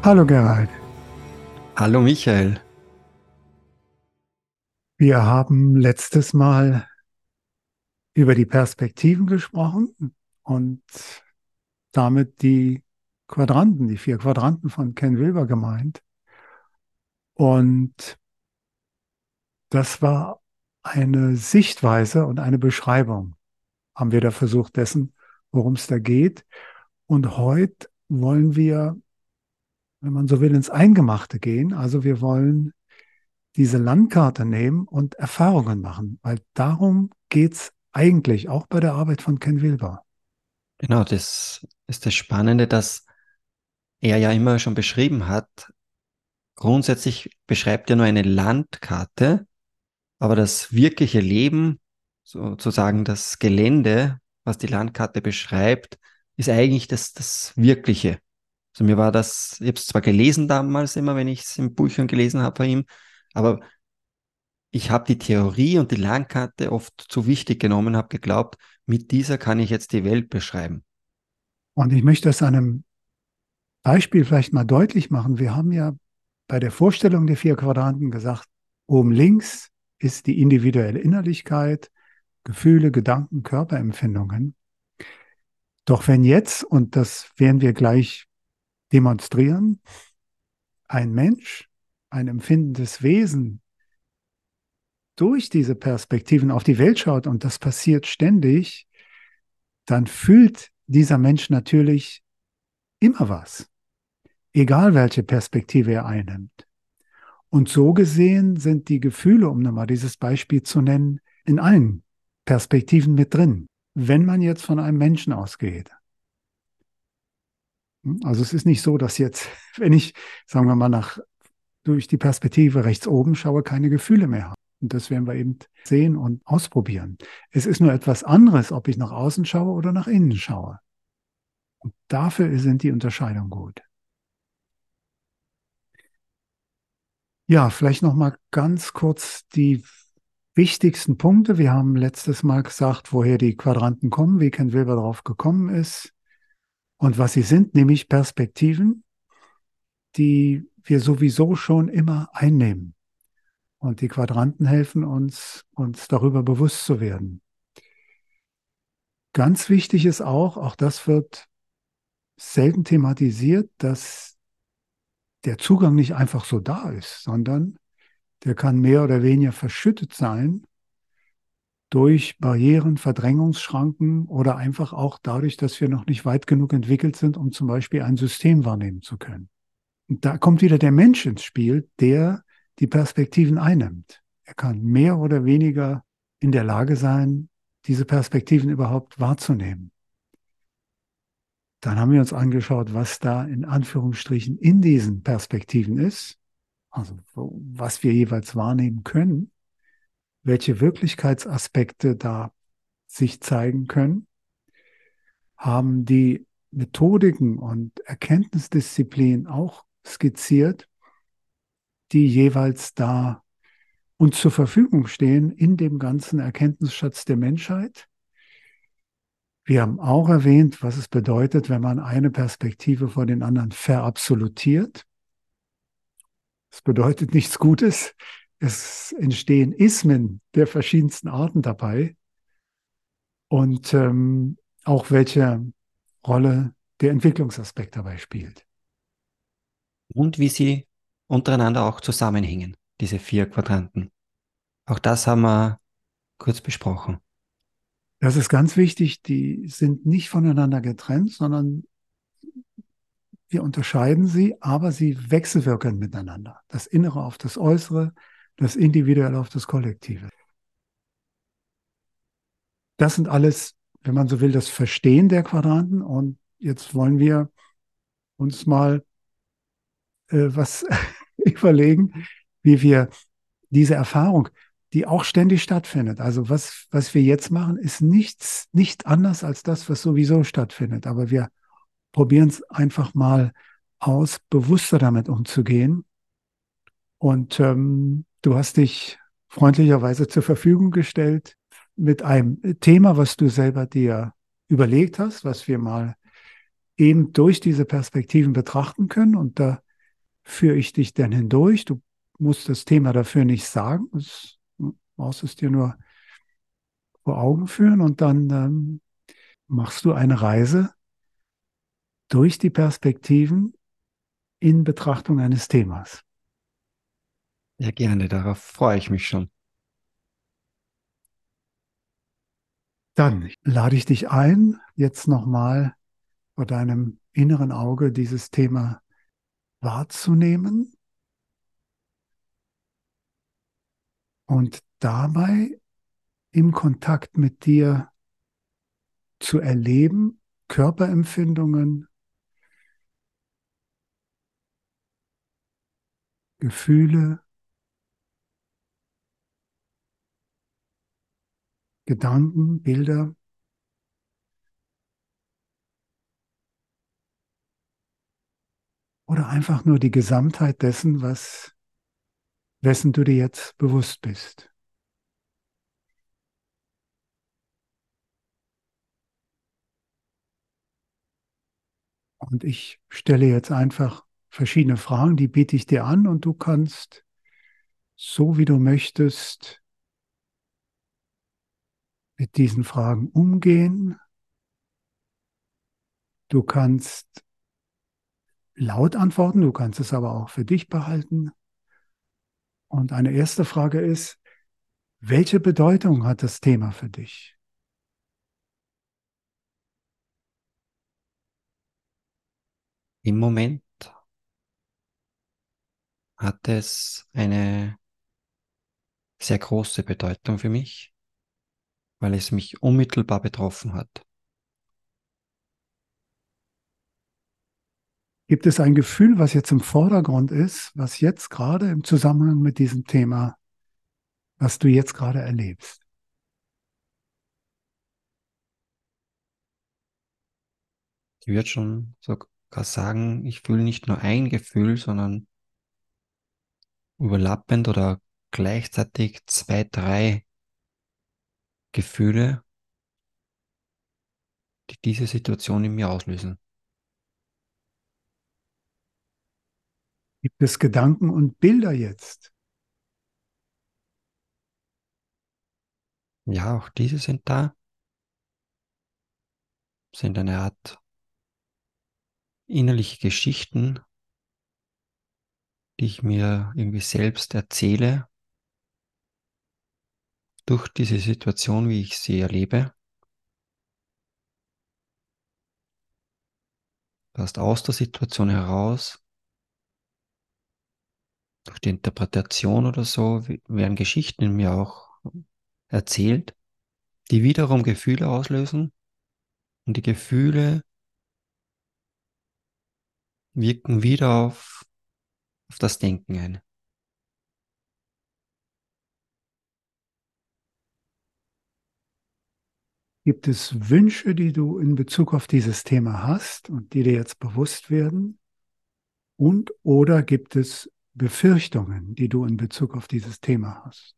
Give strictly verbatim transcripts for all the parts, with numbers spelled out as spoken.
Hallo Gerald, Hallo Michael. wir haben letztes Mal über die Perspektiven gesprochen und damit die Quadranten, die vier Quadranten von Ken Wilber gemeint. Und das war eine Sichtweise und eine Beschreibung, haben wir da versucht dessen, worum es da geht. Und heute wollen wir, wenn man so will, ins Eingemachte gehen. Also wir wollen diese Landkarte nehmen und Erfahrungen machen, weil darum geht es eigentlich auch bei der Arbeit von Ken Wilber. Genau, das ist das Spannende, dass er ja immer schon beschrieben hat. Grundsätzlich beschreibt er nur eine Landkarte, aber das wirkliche Leben, sozusagen das Gelände, was die Landkarte beschreibt, ist eigentlich das, das Wirkliche. Also mir war das, ich habe es zwar gelesen damals immer, wenn ich es in Büchern gelesen habe bei ihm, aber ich habe die Theorie und die Landkarte oft zu wichtig genommen, habe geglaubt, mit dieser kann ich jetzt die Welt beschreiben. Und ich möchte das an einem Beispiel vielleicht mal deutlich machen. Wir haben ja bei der Vorstellung der vier Quadranten gesagt, oben links ist die individuelle Innerlichkeit, Gefühle, Gedanken, Körperempfindungen. Doch wenn jetzt, und das werden wir gleich demonstrieren, ein Mensch, ein empfindendes Wesen durch diese Perspektiven auf die Welt schaut, und das passiert ständig, dann fühlt dieser Mensch natürlich immer was, egal welche Perspektive er einnimmt. Und so gesehen sind die Gefühle, um nochmal dieses Beispiel zu nennen, in allen Perspektiven mit drin. Wenn man jetzt von einem Menschen ausgeht. Also es ist nicht so, dass jetzt, wenn ich, sagen wir mal, nach, durch die Perspektive rechts oben schaue, keine Gefühle mehr habe. Und das werden wir eben sehen und ausprobieren. Es ist nur etwas anderes, ob ich nach außen schaue oder nach innen schaue. Und dafür sind die Unterscheidungen gut. Ja, vielleicht noch mal ganz kurz die wichtigsten Punkte. Wir haben letztes Mal gesagt, woher die Quadranten kommen, wie Ken Wilber darauf gekommen ist und was sie sind, nämlich Perspektiven, die wir sowieso schon immer einnehmen. Und die Quadranten helfen uns, uns darüber bewusst zu werden. Ganz wichtig ist auch, auch das wird selten thematisiert, dass der Zugang nicht einfach so da ist, sondern der kann mehr oder weniger verschüttet sein durch Barrieren, Verdrängungsschranken oder einfach auch dadurch, dass wir noch nicht weit genug entwickelt sind, um zum Beispiel ein System wahrnehmen zu können. Und da kommt wieder der Mensch ins Spiel, der die Perspektiven einnimmt. Er kann mehr oder weniger in der Lage sein, diese Perspektiven überhaupt wahrzunehmen. Dann haben wir uns angeschaut, was da in Anführungsstrichen in diesen Perspektiven ist, also was wir jeweils wahrnehmen können, welche Wirklichkeitsaspekte da sich zeigen können, haben die Methodiken und Erkenntnisdisziplinen auch skizziert, die jeweils da uns zur Verfügung stehen in dem ganzen Erkenntnisschatz der Menschheit. Wir haben auch erwähnt, was es bedeutet, wenn man eine Perspektive vor den anderen verabsolutiert. Das bedeutet nichts Gutes. Es entstehen Ismen der verschiedensten Arten dabei. Und ähm, auch welche Rolle der Entwicklungsaspekt dabei spielt. Und wie sie untereinander auch zusammenhängen, diese vier Quadranten. Auch das haben wir kurz besprochen. Das ist ganz wichtig, die sind nicht voneinander getrennt, sondern wir unterscheiden sie, aber sie wechselwirken miteinander. Das Innere auf das Äußere, das Individuelle auf das Kollektive. Das sind alles, wenn man so will, das Verstehen der Quadranten. Und jetzt wollen wir uns mal äh, was überlegen, wie wir diese Erfahrung, die auch ständig stattfindet. Also was, was wir jetzt machen, ist nichts, nicht anders als das, was sowieso stattfindet. Aber wir probieren es einfach mal aus, bewusster damit umzugehen. Und ähm, du hast dich freundlicherweise zur Verfügung gestellt mit einem Thema, was du selber dir überlegt hast, was wir mal eben durch diese Perspektiven betrachten können. Und da führe ich dich denn hindurch? Du musst das Thema dafür nicht sagen. Das, du brauchst es dir nur vor Augen führen und dann ähm, machst du eine Reise durch die Perspektiven in Betrachtung eines Themas. Ja, gerne, darauf freue ich mich schon. Dann lade ich dich ein, jetzt nochmal vor deinem inneren Auge dieses Thema wahrzunehmen und dabei im Kontakt mit dir zu erleben, Körperempfindungen, Gefühle, Gedanken, Bilder oder einfach nur die Gesamtheit dessen, was, wessen du dir jetzt bewusst bist. Und ich stelle jetzt einfach verschiedene Fragen, die biete ich dir an und du kannst, so wie du möchtest, mit diesen Fragen umgehen. Du kannst laut antworten, du kannst es aber auch für dich behalten. Und eine erste Frage ist, welche Bedeutung hat das Thema für dich? Im Moment hat es eine sehr große Bedeutung für mich, weil es mich unmittelbar betroffen hat. Gibt es ein Gefühl, was jetzt im Vordergrund ist, was jetzt gerade im Zusammenhang mit diesem Thema, was du jetzt gerade erlebst? Ich würde schon sogar sagen, ich fühle nicht nur ein Gefühl, sondern überlappend oder gleichzeitig zwei, drei Gefühle, die diese Situation in mir auslösen. Gibt es Gedanken und Bilder jetzt? Ja, auch diese sind da, sind eine Art innerliche Geschichten, die ich mir irgendwie selbst erzähle durch diese Situation, wie ich sie erlebe. Erst aus der Situation heraus, durch die Interpretation oder so, werden Geschichten in mir auch erzählt, die wiederum Gefühle auslösen und die Gefühle wirken wieder auf, auf das Denken ein. Gibt es Wünsche, die du in Bezug auf dieses Thema hast und die dir jetzt bewusst werden? Und oder gibt es Befürchtungen, die du in Bezug auf dieses Thema hast?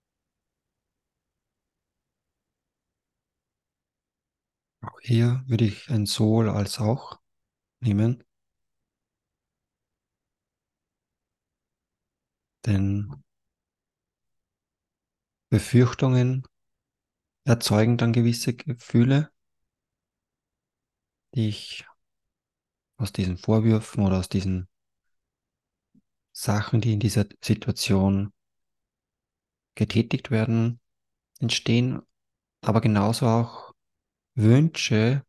Auch hier würde ich ein sowohl als auch nehmen, denn Befürchtungen erzeugen dann gewisse Gefühle, die ich aus diesen Vorwürfen oder aus diesen Sachen, die in dieser Situation getätigt werden, entstehen, aber genauso auch Wünsche,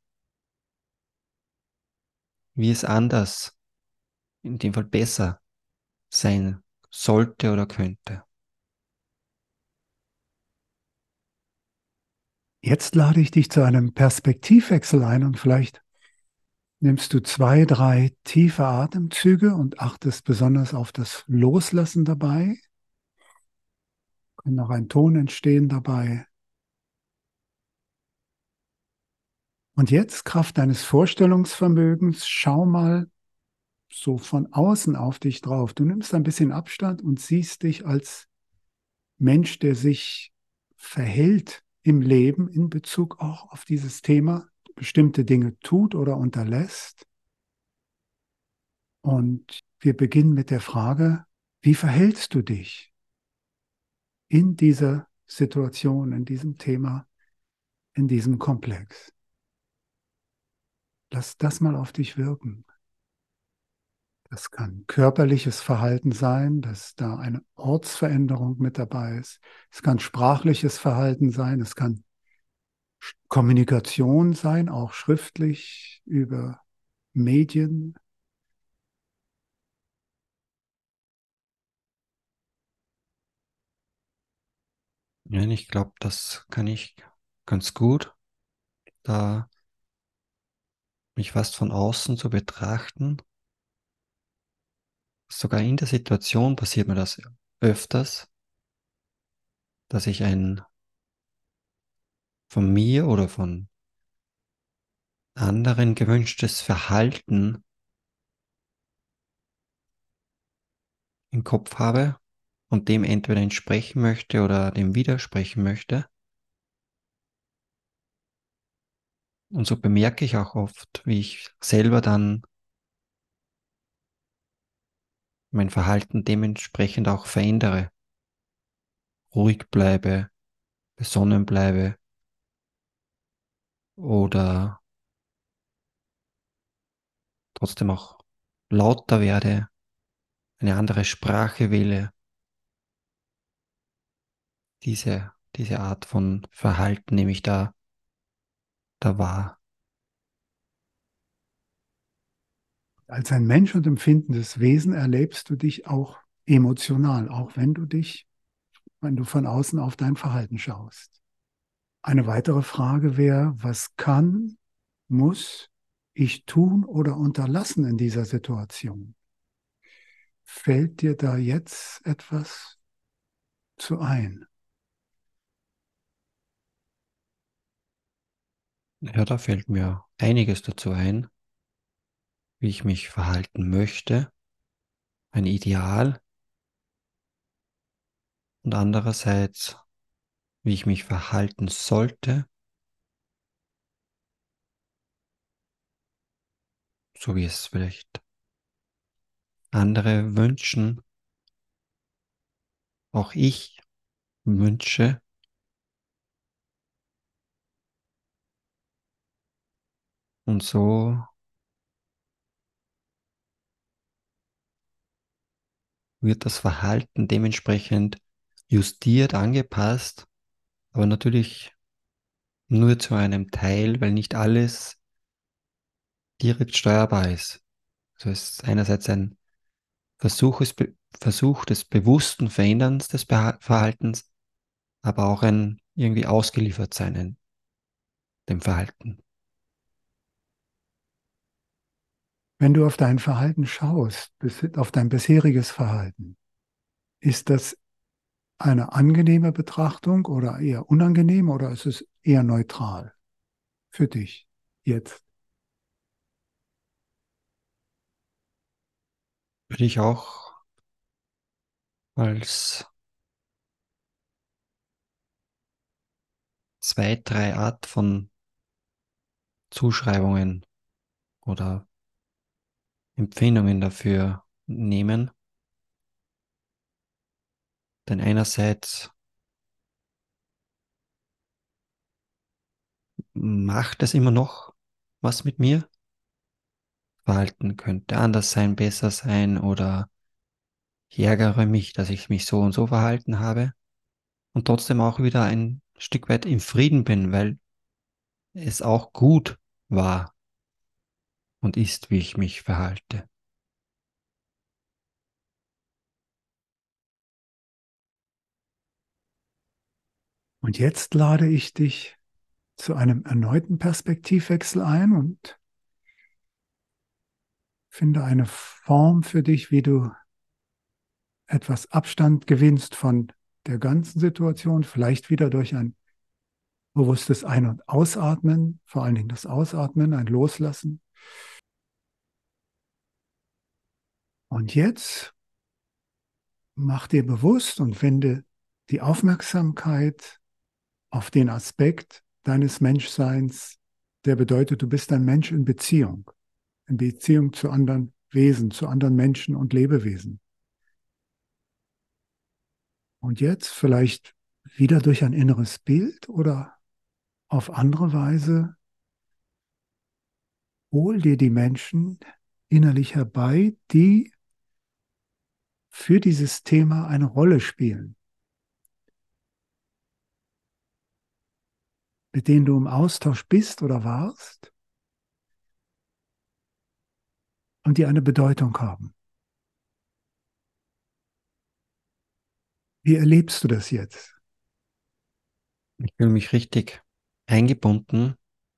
wie es anders, in dem Fall besser sein sollte oder könnte. Jetzt lade ich dich zu einem Perspektivwechsel ein und vielleicht nimmst du zwei, drei tiefe Atemzüge und achtest besonders auf das Loslassen dabei. Kann noch ein Ton entstehen dabei. Und jetzt, Kraft deines Vorstellungsvermögens, schau mal so von außen auf dich drauf. Du nimmst ein bisschen Abstand und siehst dich als Mensch, der sich verhält im Leben in Bezug auch auf dieses Thema, bestimmte Dinge tut oder unterlässt. Und wir beginnen mit der Frage, wie verhältst du dich in dieser Situation, in diesem Thema, in diesem Komplex? Lass das mal auf dich wirken. Das kann körperliches Verhalten sein, dass da eine Ortsveränderung mit dabei ist. Es kann sprachliches Verhalten sein. Es kann Kommunikation sein, auch schriftlich über Medien. Ja, ich glaube, das kann ich ganz gut, da mich fast von außen zu betrachten. Sogar in der Situation passiert mir das öfters, dass ich ein von mir oder von anderen gewünschtes Verhalten im Kopf habe und dem entweder entsprechen möchte oder dem widersprechen möchte. Und so bemerke ich auch oft, wie ich selber dann mein Verhalten dementsprechend auch verändere, ruhig bleibe, besonnen bleibe oder trotzdem auch lauter werde, eine andere Sprache wähle. Diese, diese Art von Verhalten nehme ich da, da wahr. Als ein Mensch und empfindendes Wesen erlebst du dich auch emotional, auch wenn du dich, wenn du von außen auf dein Verhalten schaust. Eine weitere Frage wäre, was kann, muss ich tun oder unterlassen in dieser Situation? Fällt dir da jetzt etwas zu ein? Ja, da fällt mir einiges dazu ein, wie ich mich verhalten möchte, ein Ideal und andererseits, wie ich mich verhalten sollte, so wie es vielleicht andere wünschen, auch ich wünsche. Und so wird das Verhalten dementsprechend justiert, angepasst, aber natürlich nur zu einem Teil, weil nicht alles direkt steuerbar ist. Also es ist einerseits ein Versuch, es be Versuch des bewussten Veränderns des Beha Verhaltens, aber auch ein irgendwie ausgeliefert sein in dem Verhalten. Wenn du auf dein Verhalten schaust, auf dein bisheriges Verhalten, ist das eine angenehme Betrachtung oder eher unangenehm oder ist es eher neutral für dich jetzt? Würde ich auch als zwei, drei Art von Zuschreibungen oder Empfindungen dafür nehmen. Denn einerseits macht es immer noch was mit mir. Verhalten könnte anders sein, besser sein oder ich ärgere mich, dass ich mich so und so verhalten habe und trotzdem auch wieder ein Stück weit im Frieden bin, weil es auch gut war und ist, wie ich mich verhalte. Und jetzt lade ich dich zu einem erneuten Perspektivwechsel ein und finde eine Form für dich, wie du etwas Abstand gewinnst von der ganzen Situation, vielleicht wieder durch ein bewusstes Ein- und Ausatmen, vor allen Dingen das Ausatmen, ein Loslassen. Und jetzt mach dir bewusst und wende die Aufmerksamkeit auf den Aspekt deines Menschseins, der bedeutet, du bist ein Mensch in Beziehung, in Beziehung zu anderen Wesen, zu anderen Menschen und Lebewesen. Und jetzt vielleicht wieder durch ein inneres Bild oder auf andere Weise, hol dir die Menschen innerlich herbei, die für dieses Thema eine Rolle spielen, mit denen du im Austausch bist oder warst und die eine Bedeutung haben. Wie erlebst du das jetzt? Ich fühle mich richtig eingebunden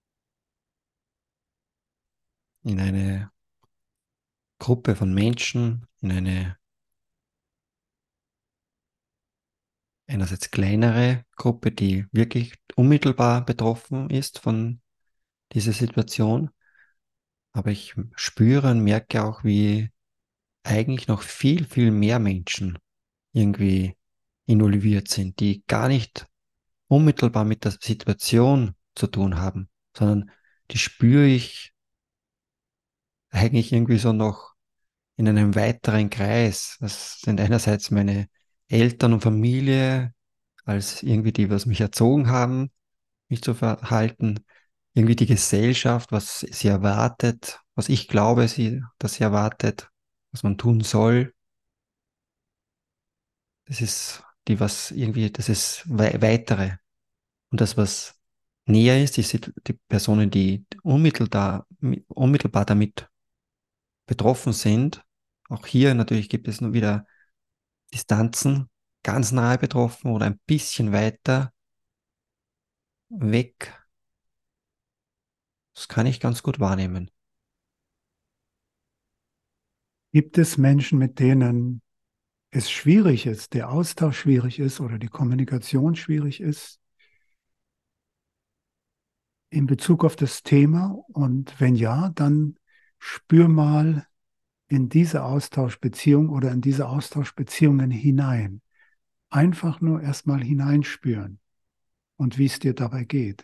in eine Gruppe von Menschen, in eine einerseits kleinere Gruppe, die wirklich unmittelbar betroffen ist von dieser Situation. Aber ich spüre und merke auch, wie eigentlich noch viel, viel mehr Menschen irgendwie involviert sind, die gar nicht unmittelbar mit der Situation zu tun haben, sondern die spüre ich eigentlich irgendwie so noch in einem weiteren Kreis. Das sind einerseits meine Eltern und Familie, als irgendwie die, was mich erzogen haben, mich zu verhalten, irgendwie die Gesellschaft, was sie erwartet, was ich glaube, sie, dass sie erwartet, was man tun soll. Das ist die, was irgendwie, das ist wei weitere. Und das, was näher ist, die, Sit- die Personen, die unmittelbar, unmittelbar damit betroffen sind. Auch hier natürlich gibt es nur wieder Distanzen, ganz nahe betroffen oder ein bisschen weiter weg. Das kann ich ganz gut wahrnehmen. Gibt es Menschen, mit denen es schwierig ist, der Austausch schwierig ist oder die Kommunikation schwierig ist in Bezug auf das Thema? Und wenn ja, dann spür mal in diese Austauschbeziehung oder in diese Austauschbeziehungen hinein. Einfach nur erstmal hineinspüren und wie es dir dabei geht.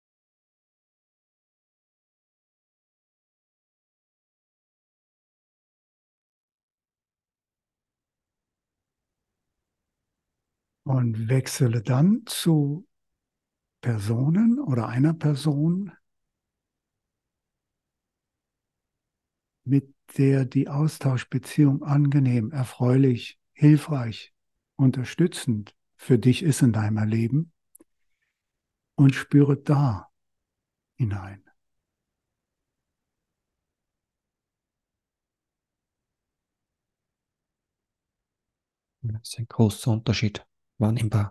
Und wechsle dann zu Personen oder einer Person, mit der die Austauschbeziehung angenehm, erfreulich, hilfreich, unterstützend für dich ist in deinem Leben und spüre da hinein. Das ist ein großer Unterschied, wahrnehmbar.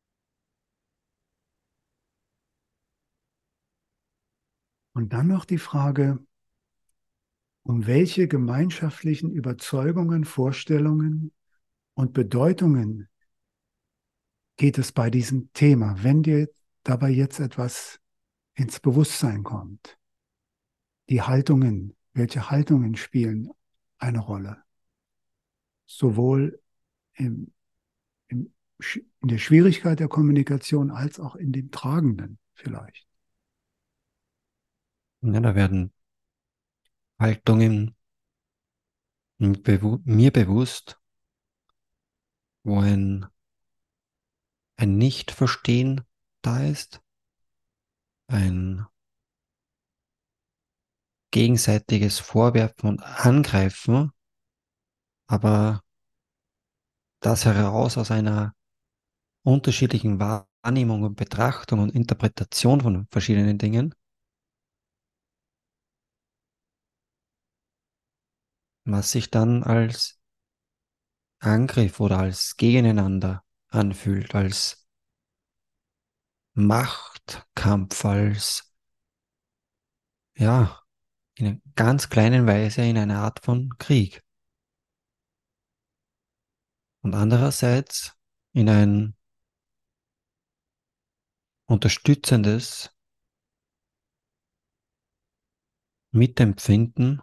Und dann noch die Frage, um welche gemeinschaftlichen Überzeugungen, Vorstellungen und Bedeutungen geht es bei diesem Thema, wenn dir dabei jetzt etwas ins Bewusstsein kommt? Die Haltungen, welche Haltungen spielen eine Rolle? Sowohl im, im, in der Schwierigkeit der Kommunikation als auch in dem Tragenden vielleicht. Ja, da werden Haltungen bewu mir bewusst, wo ein, ein Nicht-Verstehen da ist, ein gegenseitiges Vorwerfen und Angreifen, aber das heraus aus einer unterschiedlichen Wahrnehmung und Betrachtung und Interpretation von verschiedenen Dingen, was sich dann als Angriff oder als Gegeneinander anfühlt, als Machtkampf, als, ja, in einer ganz kleinen Weise in einer Art von Krieg. Und andererseits in ein unterstützendes Mitempfinden,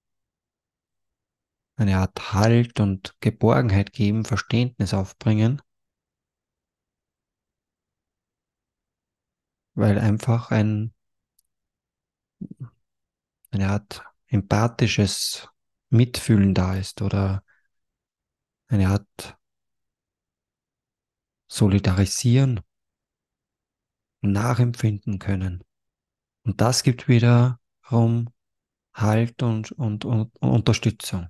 eine Art Halt und Geborgenheit geben, Verständnis aufbringen, weil einfach ein, eine Art empathisches Mitfühlen da ist oder eine Art Solidarisieren, nachempfinden können. Und das gibt wiederum Halt und, und, und, und Unterstützung.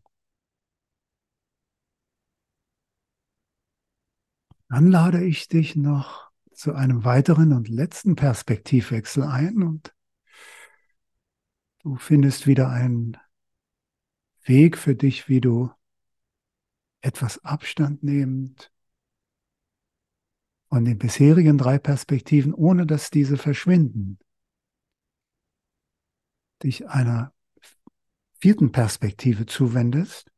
Dann lade ich dich noch zu einem weiteren und letzten Perspektivwechsel ein und du findest wieder einen Weg für dich, wie du etwas Abstand nehmend von den bisherigen drei Perspektiven, ohne dass diese verschwinden, dich einer vierten Perspektive zuwendest.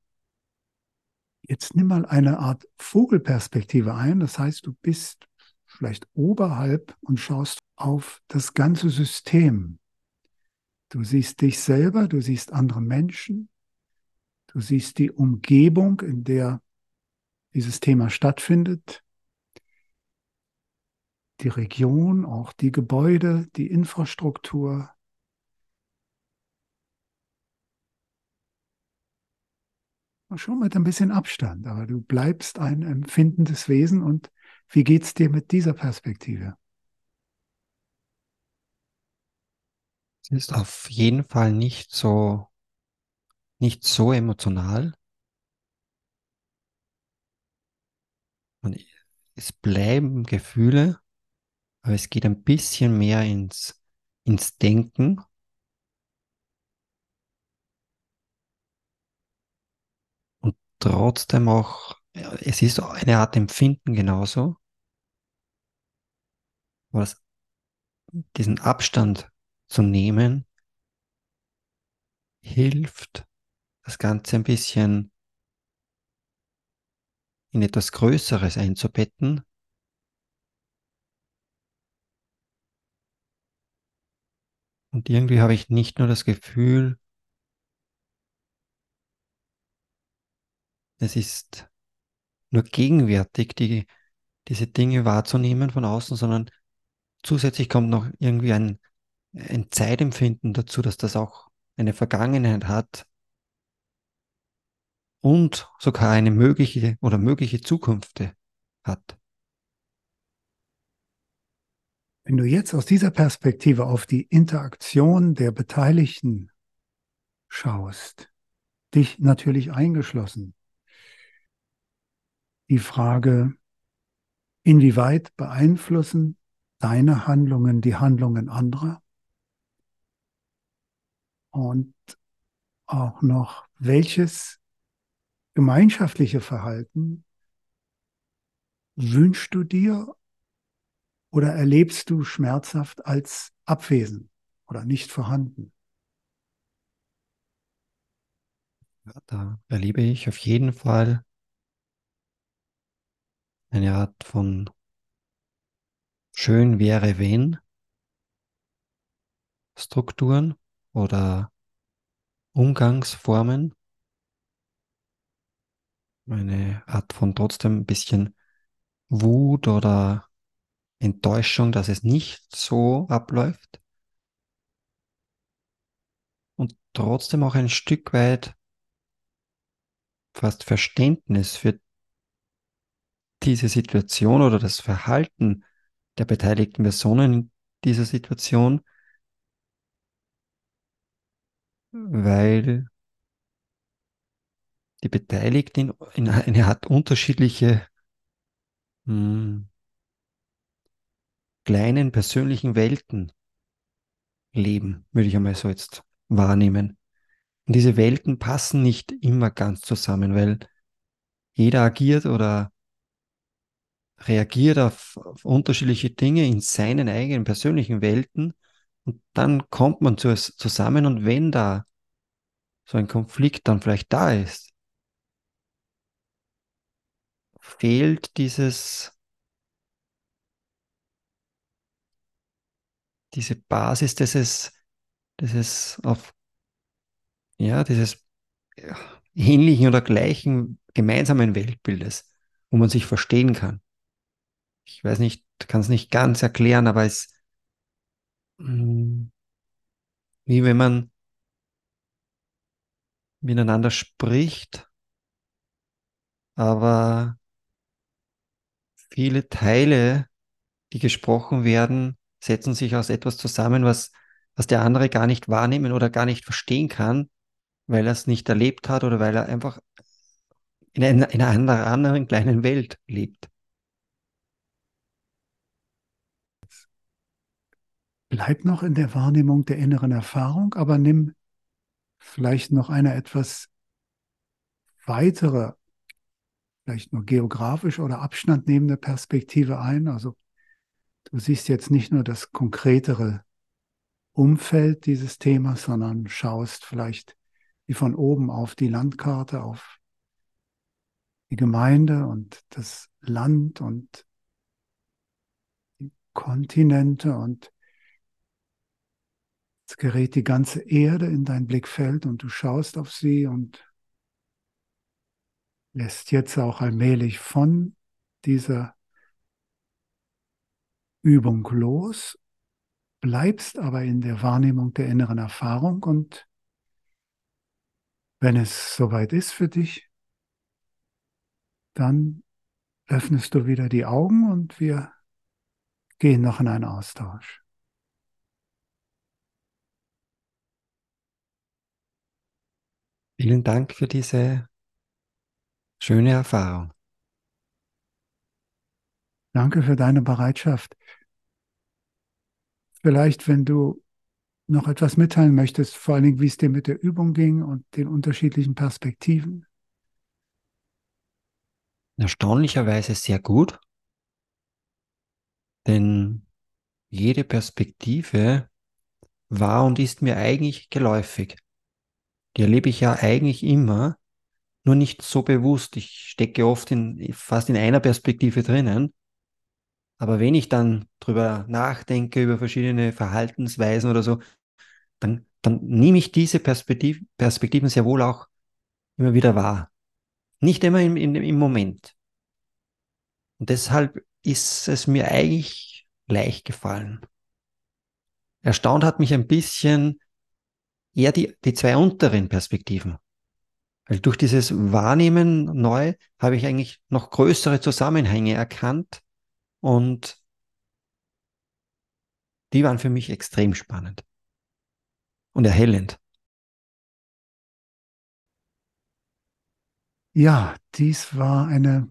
Jetzt nimm mal eine Art Vogelperspektive ein. Das heißt, du bist vielleicht oberhalb und schaust auf das ganze System. Du siehst dich selber, du siehst andere Menschen, du siehst die Umgebung, in der dieses Thema stattfindet, die Region, auch die Gebäude, die Infrastruktur. Schon mit ein bisschen Abstand, aber du bleibst ein empfindendes Wesen. Und wie geht es dir mit dieser Perspektive? Es ist auf jeden Fall nicht so, nicht so emotional. Und es bleiben Gefühle, aber es geht ein bisschen mehr ins, ins Denken und trotzdem auch, ja, es ist eine Art Empfinden genauso, was diesen Abstand zu nehmen hilft, das Ganze ein bisschen in etwas Größeres einzubetten. Und irgendwie habe ich nicht nur das Gefühl, es ist nur gegenwärtig, die, diese Dinge wahrzunehmen von außen, sondern zusätzlich kommt noch irgendwie ein, ein Zeitempfinden dazu, dass das auch eine Vergangenheit hat und sogar eine mögliche oder mögliche Zukunft hat. Wenn du jetzt aus dieser Perspektive auf die Interaktion der Beteiligten schaust, dich natürlich eingeschlossen, die Frage, inwieweit beeinflussen deine Handlungen die Handlungen anderer und auch noch, welches gemeinschaftliche Verhalten wünschst du dir oder erlebst du schmerzhaft als abwesend oder nicht vorhanden? Ja, da erlebe ich auf jeden Fall eine Art von schön wäre wenn Strukturen oder Umgangsformen, eine Art von trotzdem ein bisschen Wut oder Enttäuschung, dass es nicht so abläuft und trotzdem auch ein Stück weit fast Verständnis für diese Situation oder das Verhalten der beteiligten Personen in dieser Situation, weil die Beteiligten in eine Art unterschiedliche mh, kleinen persönlichen Welten leben, würde ich einmal so jetzt wahrnehmen. Und diese Welten passen nicht immer ganz zusammen, weil jeder agiert oder reagiert auf, auf unterschiedliche Dinge in seinen eigenen persönlichen Welten und dann kommt man zu, zusammen und wenn da so ein Konflikt dann vielleicht da ist, fehlt dieses, diese Basis dieses, dieses auf, ja, dieses ja, ähnlichen oder gleichen gemeinsamen Weltbildes, wo man sich verstehen kann. Ich weiß nicht, kann es nicht ganz erklären, aber es, mh, wie wenn man miteinander spricht, aber viele Teile, die gesprochen werden, setzen sich aus etwas zusammen, was, was der andere gar nicht wahrnehmen oder gar nicht verstehen kann, weil er es nicht erlebt hat oder weil er einfach in einer, in einer anderen kleinen Welt lebt. Bleib noch in der Wahrnehmung der inneren Erfahrung, aber nimm vielleicht noch eine etwas weitere, vielleicht nur geografisch oder Abstand nehmende Perspektive ein. Also du siehst jetzt nicht nur das konkretere Umfeld dieses Themas, sondern schaust vielleicht wie von oben auf die Landkarte, auf die Gemeinde und das Land und die Kontinente und es gerät die ganze Erde in dein Blickfeld und du schaust auf sie und lässt jetzt auch allmählich von dieser Übung los, bleibst aber in der Wahrnehmung der inneren Erfahrung und wenn es soweit ist für dich, dann öffnest du wieder die Augen und wir gehen noch in einen Austausch. Vielen Dank für diese schöne Erfahrung. Danke für deine Bereitschaft. Vielleicht, wenn du noch etwas mitteilen möchtest, vor allen Dingen, wie es dir mit der Übung ging und den unterschiedlichen Perspektiven. Erstaunlicherweise sehr gut, denn jede Perspektive war und ist mir eigentlich geläufig. Die erlebe ich ja eigentlich immer, nur nicht so bewusst. Ich stecke oft in, fast in einer Perspektive drinnen. Aber wenn ich dann drüber nachdenke, über verschiedene Verhaltensweisen oder so, dann, dann nehme ich diese Perspektiv Perspektiven sehr wohl auch immer wieder wahr. Nicht immer im, im, im Moment. Und deshalb ist es mir eigentlich leicht gefallen. Erstaunt hat mich ein bisschen eher die, die zwei unteren Perspektiven. Weil durch dieses Wahrnehmen neu habe ich eigentlich noch größere Zusammenhänge erkannt und die waren für mich extrem spannend und erhellend. Ja, dies war eine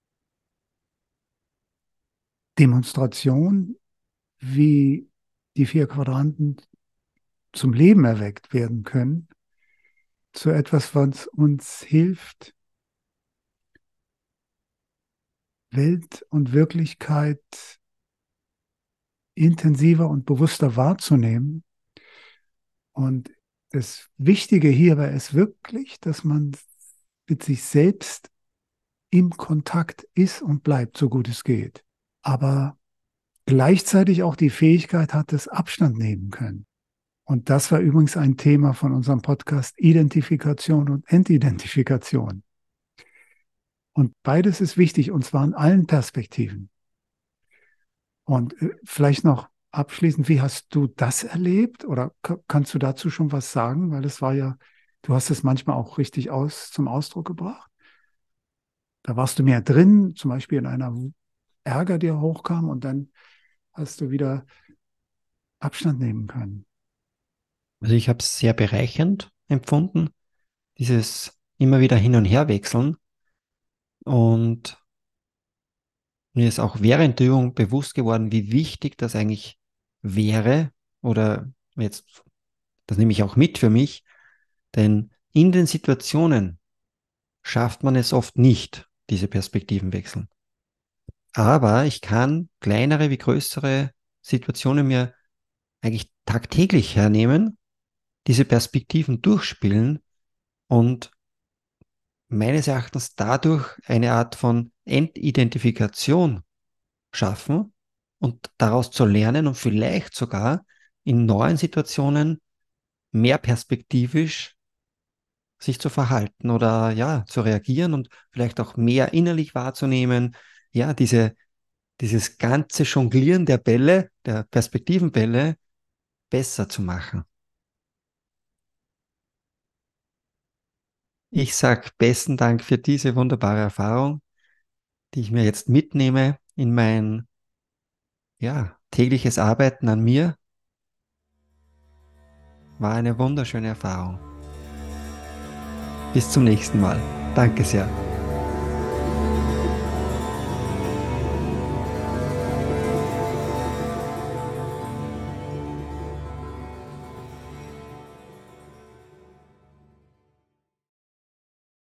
Demonstration, wie die vier Quadranten zum Leben erweckt werden können, zu etwas, was uns hilft, Welt und Wirklichkeit intensiver und bewusster wahrzunehmen. Und das Wichtige hierbei ist wirklich, dass man mit sich selbst im Kontakt ist und bleibt, so gut es geht. Aber gleichzeitig auch die Fähigkeit hat, das Abstand nehmen können. Und das war übrigens ein Thema von unserem Podcast Identifikation und Entidentifikation. Und beides ist wichtig, und zwar in allen Perspektiven. Und äh, vielleicht noch abschließend, wie hast du das erlebt? Oder kannst du dazu schon was sagen? Weil es war ja, du hast es manchmal auch richtig aus, zum Ausdruck gebracht. Da warst du mehr drin, zum Beispiel in einer Ärger, der hochkam, und dann hast du wieder Abstand nehmen können. Also ich habe es sehr bereichernd empfunden, dieses immer wieder hin und her wechseln. Und mir ist auch während der Übung bewusst geworden, wie wichtig das eigentlich wäre. Oder jetzt, das nehme ich auch mit für mich, denn in den Situationen schafft man es oft nicht, diese Perspektiven wechseln. Aber ich kann kleinere wie größere Situationen mir eigentlich tagtäglich hernehmen, diese Perspektiven durchspielen und meines Erachtens dadurch eine Art von Entidentifikation schaffen und daraus zu lernen und vielleicht sogar in neuen Situationen mehr perspektivisch sich zu verhalten oder ja, zu reagieren und vielleicht auch mehr innerlich wahrzunehmen. Ja, diese, dieses ganze Jonglieren der Bälle, der Perspektivenbälle besser zu machen. Ich sage besten Dank für diese wunderbare Erfahrung, die ich mir jetzt mitnehme in mein, ja, tägliches Arbeiten an mir. War eine wunderschöne Erfahrung. Bis zum nächsten Mal. Danke sehr.